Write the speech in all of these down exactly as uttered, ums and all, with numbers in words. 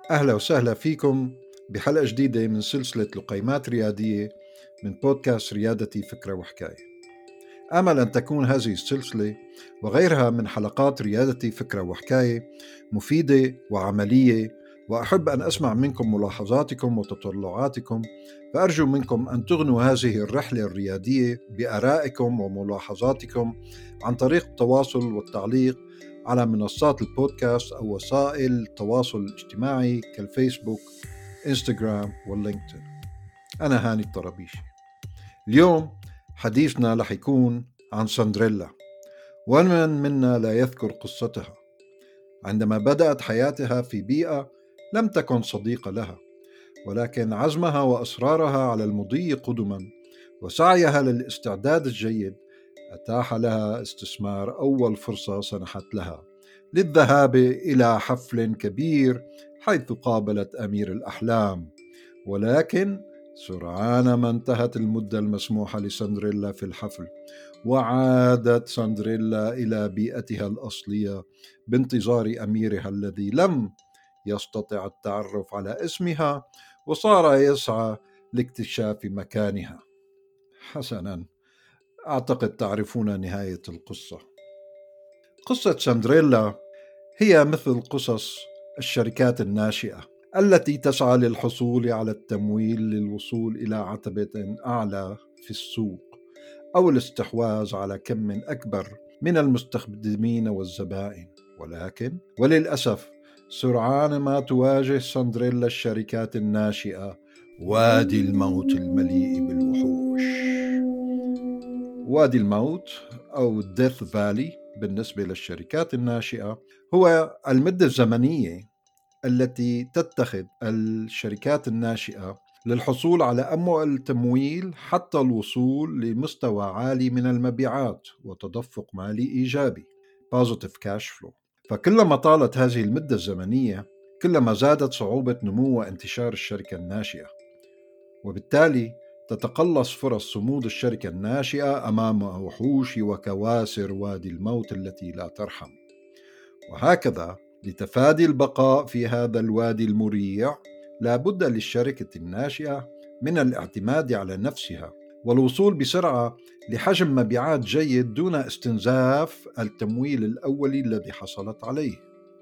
أهلا وسهلا فيكم بحلقة جديدة من سلسلة لقيمات ريادية من بودكاست ريادتي فكرة وحكاية. آمل أن تكون هذه السلسلة وغيرها من حلقات ريادتي فكرة وحكاية مفيدة وعملية، وأحب أن أسمع منكم ملاحظاتكم وتطلعاتكم، فأرجو منكم أن تغنوا هذه الرحلة الريادية بآرائكم وملاحظاتكم عن طريق التواصل والتعليق على منصات البودكاست أو وسائل التواصل الاجتماعي كالفيسبوك، إنستغرام واللينكدين. أنا هاني الطرابيشي. اليوم حديثنا رح يكون عن سندريلا، ومن منا لا يذكر قصتها عندما بدأت حياتها في بيئة لم تكن صديقة لها، ولكن عزمها وإصرارها على المضي قدما وسعيها للاستعداد الجيد أتاح لها استثمار أول فرصة سنحت لها للذهاب إلى حفل كبير حيث قابلت أمير الأحلام. ولكن سرعان ما انتهت المدة المسموحة لسندريلا في الحفل، وعادت سندريلا إلى بيئتها الأصلية بانتظار أميرها الذي لم يستطع التعرف على اسمها، وصار يسعى لاكتشاف مكانها. حسناً، أعتقد تعرفون نهاية القصة. قصة سندريلا هي مثل قصص الشركات الناشئة التي تسعى للحصول على التمويل للوصول إلى عتبة أعلى في السوق أو الاستحواذ على كم أكبر من المستخدمين والزبائن. ولكن وللأسف سرعان ما تواجه سندريلا الشركات الناشئة وادي الموت المليء بالوحوش. وادي الموت أو ديث فالي بالنسبة للشركات الناشئة هو المدة الزمنية التي تتخذ الشركات الناشئة للحصول على أموال تمويل حتى الوصول لمستوى عالي من المبيعات وتدفق مالي إيجابي positive cash flow. فكلما طالت هذه المدة الزمنية كلما زادت صعوبة نمو وانتشار الشركة الناشئة، وبالتالي تتقلص فرص صمود الشركة الناشئة أمام وحوش وكواسر وادي الموت التي لا ترحم. وهكذا لتفادي البقاء في هذا الوادي المريع لا بد للشركة الناشئة من الاعتماد على نفسها والوصول بسرعة لحجم مبيعات جيد دون استنزاف التمويل الأولي الذي حصلت عليه.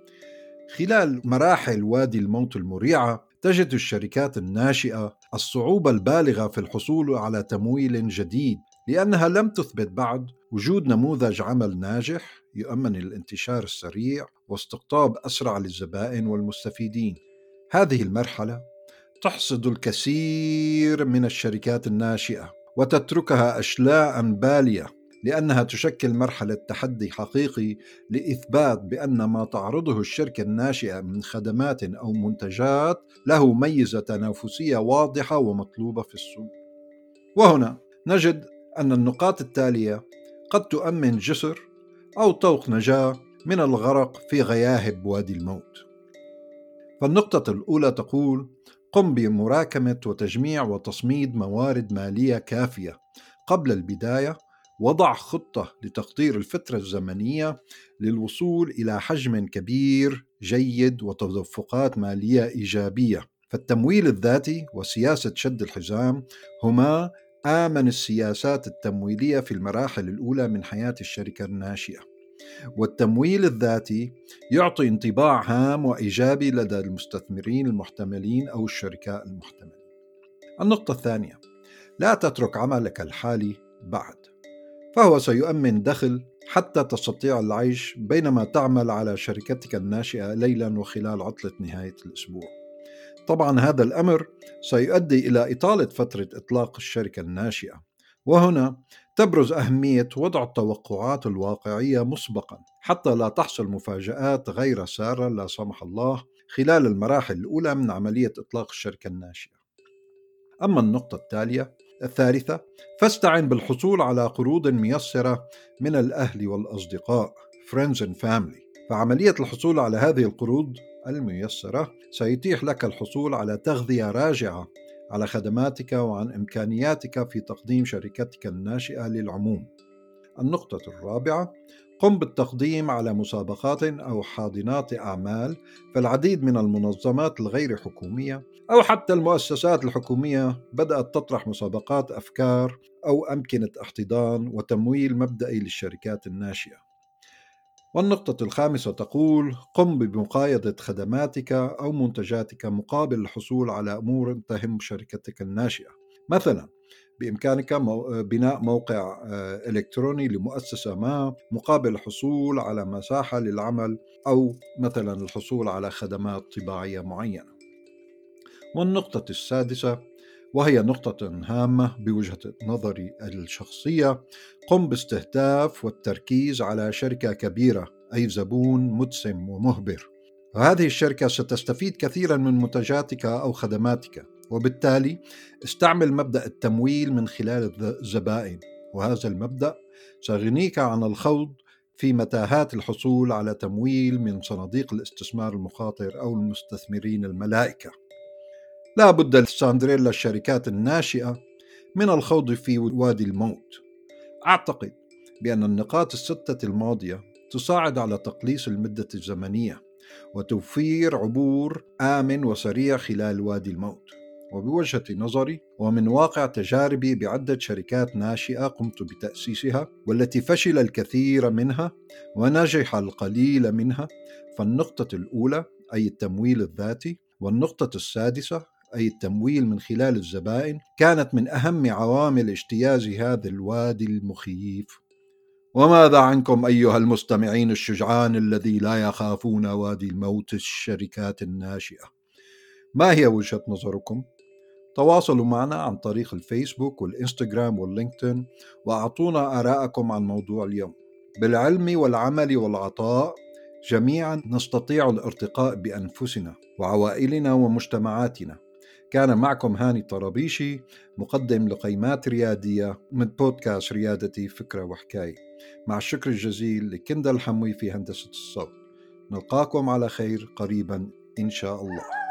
خلال مراحل وادي الموت المريعة تجد الشركات الناشئة الصعوبة البالغة في الحصول على تمويل جديد، لأنها لم تثبت بعد وجود نموذج عمل ناجح يؤمن الانتشار السريع واستقطاب أسرع للزبائن والمستفيدين. هذه المرحلة تحصد الكثير من الشركات الناشئة وتتركها أشلاء بالية، لأنها تشكل مرحلة تحدي حقيقي لإثبات بأن ما تعرضه الشركة الناشئة من خدمات أو منتجات له ميزة تنافسية واضحة ومطلوبة في السوق. وهنا نجد أن النقاط التالية قد تؤمن جسر أو طوق نجاة من الغرق في غياهب وادي الموت. فالنقطة الأولى تقول: قم بمراكمة وتجميع وتصميد موارد مالية كافية قبل البداية. وضع خطة لتقدير الفترة الزمنية للوصول إلى حجم كبير جيد وتدفقات مالية إيجابية. فالتمويل الذاتي وسياسة شد الحزام هما آمن السياسات التمويلية في المراحل الأولى من حياة الشركة الناشئة. والتمويل الذاتي يعطي انطباع هام وإيجابي لدى المستثمرين المحتملين أو الشركاء المحتملين. النقطة الثانية: لا تترك عملك الحالي بعد، فهو سيؤمن دخل حتى تستطيع العيش بينما تعمل على شركتك الناشئة ليلا وخلال عطلة نهاية الأسبوع. طبعا هذا الأمر سيؤدي إلى إطالة فترة إطلاق الشركة الناشئة، وهنا تبرز أهمية وضع التوقعات الواقعية مسبقا حتى لا تحصل مفاجآت غير سارة لا سمح الله خلال المراحل الأولى من عملية إطلاق الشركة الناشئة. أما النقطة التالية الثالثة: فاستعن بالحصول على قروض ميسرة من الأهل والأصدقاء Friends and Family. فعملية الحصول على هذه القروض الميسرة سيتيح لك الحصول على تغذية راجعة على خدماتك وعن إمكانياتك في تقديم شركتك الناشئة للعموم. النقطة الرابعة: قم بالتقديم على مسابقات أو حاضنات أعمال، فالعديد من المنظمات الغير حكومية أو حتى المؤسسات الحكومية بدأت تطرح مسابقات أفكار أو أمكنة احتضان وتمويل مبدئي للشركات الناشئة. والنقطة الخامسة تقول: قم بمقايضة خدماتك أو منتجاتك مقابل الحصول على أمور تهم شركتك الناشئة. مثلا بإمكانك بناء موقع إلكتروني لمؤسسة ما مقابل الحصول على مساحة للعمل، أو مثلا الحصول على خدمات طباعية معينة. والنقطة السادسة، وهي نقطة هامة بوجهة نظري الشخصية: قم باستهداف والتركيز على شركة كبيرة، أي زبون مدسم ومهبر. وهذه الشركة ستستفيد كثيرا من منتجاتك أو خدماتك، وبالتالي استعمل مبدأ التمويل من خلال الزبائن، وهذا المبدأ سيغنيك عن الخوض في متاهات الحصول على تمويل من صناديق الاستثمار المخاطر أو المستثمرين الملائكة. لا بد لساندريلا الشركات الناشئة من الخوض في وادي الموت. أعتقد بأن النقاط الستة الماضية تساعد على تقليص المدة الزمنية وتوفير عبور آمن وسريع خلال وادي الموت. وبوجهة نظري ومن واقع تجاربي بعدة شركات ناشئة قمت بتأسيسها والتي فشل الكثير منها ونجح القليل منها، فالنقطة الأولى أي التمويل الذاتي، والنقطة السادسة أي التمويل من خلال الزبائن، كانت من أهم عوامل اجتياز هذا الوادي المخيف. وماذا عنكم أيها المستمعين الشجعان الذي لا يخافون وادي الموت الشركات الناشئة؟ ما هي وجهة نظركم؟ تواصلوا معنا عن طريق الفيسبوك والإنستغرام واللينكدين، وأعطونا آراءكم عن موضوع اليوم. بالعلم والعمل والعطاء جميعا نستطيع الارتقاء بأنفسنا وعوائلنا ومجتمعاتنا. كان معكم هاني طرابيشي، مقدم لقيمات ريادية من بودكاست ريادتي فكرة وحكاية، مع الشكر الجزيل لكندة الحموي في هندسة الصوت. نلقاكم على خير قريبا إن شاء الله.